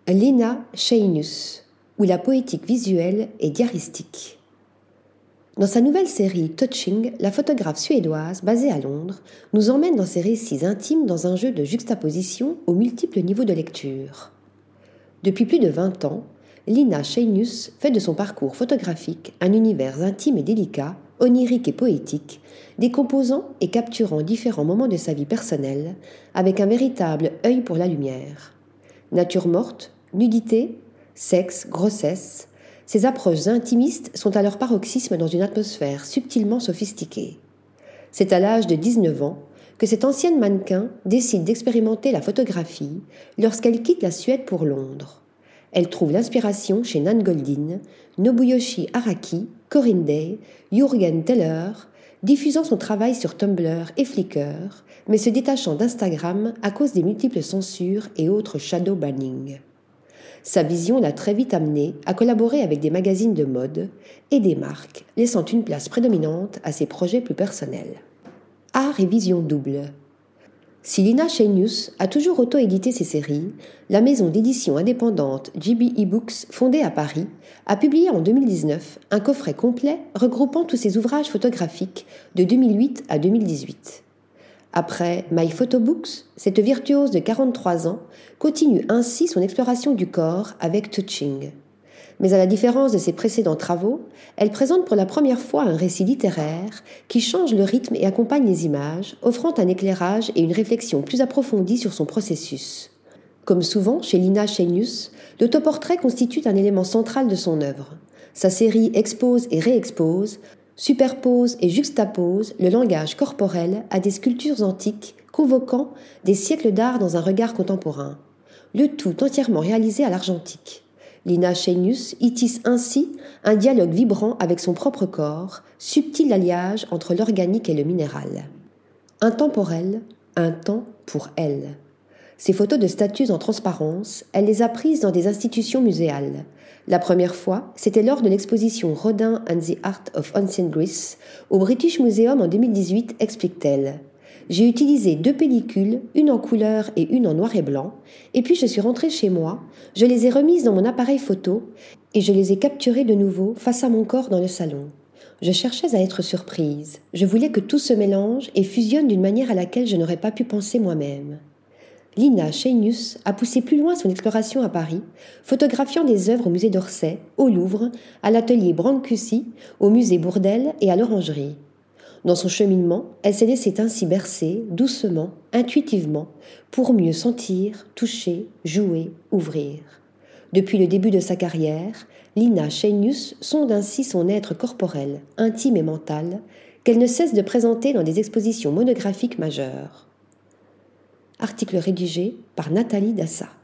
Lina Cheinus, où la poétique visuelle est diaristique. Dans sa nouvelle série Touching, la photographe suédoise, basée à Londres, nous emmène dans ses récits intimes dans un jeu de juxtaposition aux multiples niveaux de lecture. Depuis plus de 20 ans, Lina Cheinus fait de son parcours photographique un univers intime et délicat, onirique et poétique, décomposant et capturant différents moments de sa vie personnelle, avec un véritable œil pour la lumière. Nature morte, nudité, sexe, grossesse, ces approches intimistes sont à leur paroxysme dans une atmosphère subtilement sophistiquée. C'est à l'âge de 19 ans que cette ancienne mannequin décide d'expérimenter la photographie lorsqu'elle quitte la Suède pour Londres. Elle trouve l'inspiration chez Nan Goldin, Nobuyoshi Araki, Corinne Day, Jürgen Teller, diffusant son travail sur Tumblr et Flickr, mais se détachant d'Instagram à cause des multiples censures et autres shadow banning. Sa vision l'a très vite amenée à collaborer avec des magazines de mode et des marques, laissant une place prédominante à ses projets plus personnels. Art et vision double. Si Lina Cheinus a toujours auto-édité ses séries, la maison d'édition indépendante GB eBooks, fondée à Paris, a publié en 2019 un coffret complet regroupant tous ses ouvrages photographiques de 2008 à 2018. Après My Photo Books, cette virtuose de 43 ans continue ainsi son exploration du corps avec Touching. Mais à la différence de ses précédents travaux, elle présente pour la première fois un récit littéraire qui change le rythme et accompagne les images, offrant un éclairage et une réflexion plus approfondie sur son processus. Comme souvent chez Lina Cheinus, l'autoportrait constitue un élément central de son œuvre. Sa série expose et réexpose, superpose et juxtapose le langage corporel à des sculptures antiques convoquant des siècles d'art dans un regard contemporain. Le tout entièrement réalisé à l'argentique. Lina Cheinus y tisse ainsi un dialogue vibrant avec son propre corps, subtil alliage entre l'organique et le minéral. Intemporel, un temps pour elle. Ces photos de statues en transparence, elle les a prises dans des institutions muséales. La première fois, c'était lors de l'exposition Rodin and the Art of Ancient Greece au British Museum en 2018, explique-t-elle. J'ai utilisé 2 pellicules, une en couleur et une en noir et blanc, et puis je suis rentrée chez moi, je les ai remises dans mon appareil photo et je les ai capturées de nouveau face à mon corps dans le salon. Je cherchais à être surprise, je voulais que tout se mélange et fusionne d'une manière à laquelle je n'aurais pas pu penser moi-même. Lina Cheinus a poussé plus loin son exploration à Paris, photographiant des œuvres au musée d'Orsay, au Louvre, à l'atelier Brancusi, au musée Bourdelle et à l'Orangerie. Dans son cheminement, elle s'est laissée ainsi bercer, doucement, intuitivement, pour mieux sentir, toucher, jouer, ouvrir. Depuis le début de sa carrière, Lina Cheinus sonde ainsi son être corporel, intime et mental, qu'elle ne cesse de présenter dans des expositions monographiques majeures. Article rédigé par Nathalie Dassa.